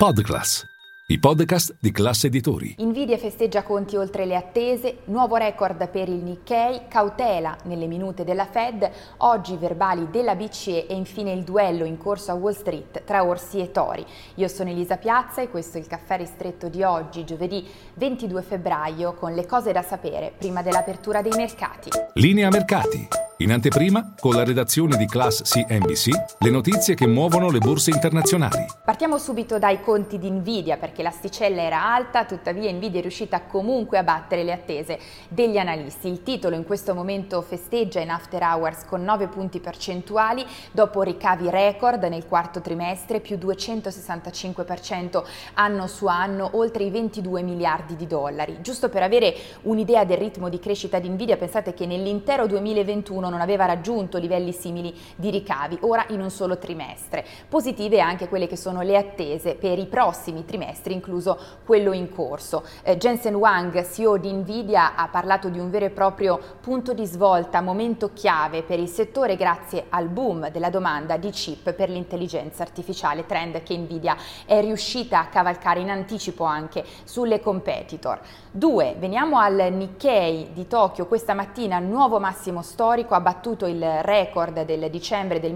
Podclass, i podcast di Class Editori. Nvidia festeggia conti oltre le attese, nuovo record per il Nikkei, cautela nelle minute della Fed, oggi verbali della BCE e infine il duello in corso a Wall Street tra orsi e tori. Io sono Elisa Piazza e questo è il caffè ristretto di oggi, giovedì 22 febbraio, con le cose da sapere prima dell'apertura dei mercati. Linea mercati. In anteprima, con la redazione di Class CNBC, le notizie che muovono le borse internazionali. Partiamo subito dai conti di Nvidia, perché l'asticella era alta, tuttavia Nvidia è riuscita comunque a battere le attese degli analisti. Il titolo in questo momento festeggia in after hours con 9 punti percentuali, dopo ricavi record nel quarto trimestre, più 265% anno su anno, oltre i 22 miliardi di dollari. Giusto per avere un'idea del ritmo di crescita di Nvidia, pensate che nell'intero 2021 non aveva raggiunto livelli simili di ricavi, ora in un solo trimestre. Positive anche quelle che sono le attese per i prossimi trimestri, incluso quello in corso. Jensen Huang, CEO di Nvidia, ha parlato di un vero e proprio punto di svolta, momento chiave per il settore grazie al boom della domanda di chip per l'intelligenza artificiale, trend che Nvidia è riuscita a cavalcare in anticipo anche sulle competitor. 2. Veniamo al Nikkei di Tokyo, questa mattina nuovo massimo storico, ha battuto il record del dicembre del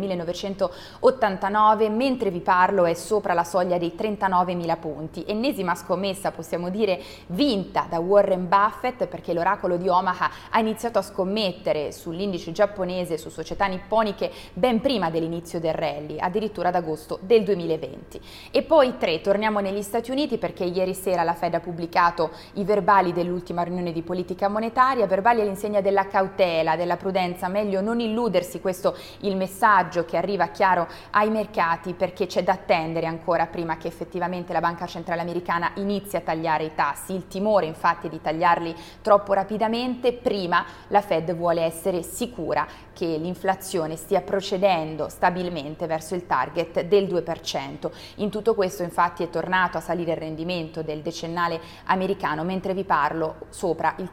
1989, mentre vi parlo è sopra la soglia dei 39.000 punti. Ennesima scommessa, possiamo dire, vinta da Warren Buffett, perché l'oracolo di Omaha ha iniziato a scommettere sull'indice giapponese, su società nipponiche, ben prima dell'inizio del rally, addirittura ad agosto del 2020. E poi 3, torniamo negli Stati Uniti, perché ieri sera la Fed ha pubblicato i verbali dell'ultima riunione di politica monetaria, verbali all'insegna della cautela, della prudenza, meglio non illudersi, questo il messaggio che arriva chiaro ai mercati, perché c'è da attendere ancora prima che effettivamente la Banca Centrale Americana inizi a tagliare i tassi. Il timore infatti è di tagliarli troppo rapidamente. Prima la Fed vuole essere sicura che l'inflazione stia procedendo stabilmente verso il target del 2%. In tutto questo infatti è tornato a salire il rendimento del decennale americano, mentre vi parlo sopra il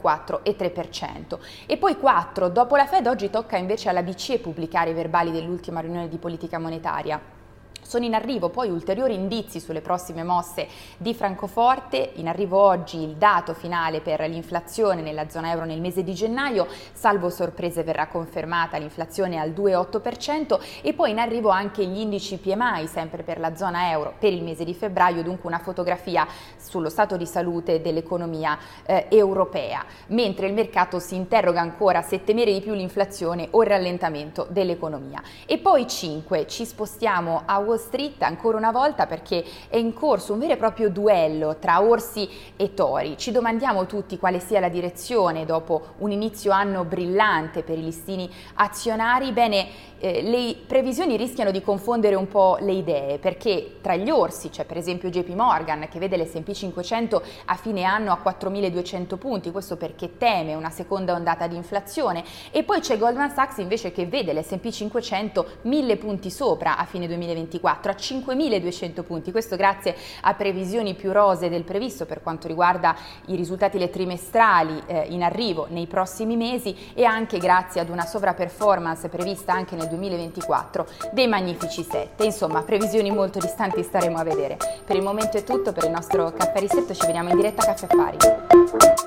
4,3%. E poi 4, dopo la Fed oggi tocca invece alla BCE pubblicare i verbali dell'ultima riunione di politica monetaria. Sono in arrivo poi ulteriori indizi sulle prossime mosse di Francoforte, in arrivo oggi il dato finale per l'inflazione nella zona euro nel mese di gennaio, salvo sorprese verrà confermata l'inflazione al 2,8% e poi in arrivo anche gli indici PMI sempre per la zona euro per il mese di febbraio, dunque una fotografia sullo stato di salute dell'economia europea, mentre il mercato si interroga ancora se temere di più l'inflazione o il rallentamento dell'economia. E poi 5, ci spostiamo a Wall Street ancora una volta, perché è in corso un vero e proprio duello tra orsi e tori. Ci domandiamo tutti quale sia la direzione dopo un inizio anno brillante per i listini azionari. Bene, le previsioni rischiano di confondere un po' le idee, perché tra gli orsi c'è per esempio JP Morgan che vede l'S&P 500 a fine anno a 4.200 punti, questo perché teme una seconda ondata di inflazione, e poi c'è Goldman Sachs invece che vede l'S&P 500 1.000 punti sopra a fine 2024 a 5.200 punti, questo grazie a previsioni più rosee del previsto per quanto riguarda i risultati trimestrali in arrivo nei prossimi mesi e anche grazie ad una sovraperformance prevista anche nel 2024 dei Magnifici 7. Insomma, previsioni molto distanti staremo a vedere. Per il momento è tutto per il nostro caffè ristretto, ci vediamo in diretta a Caffè Affari.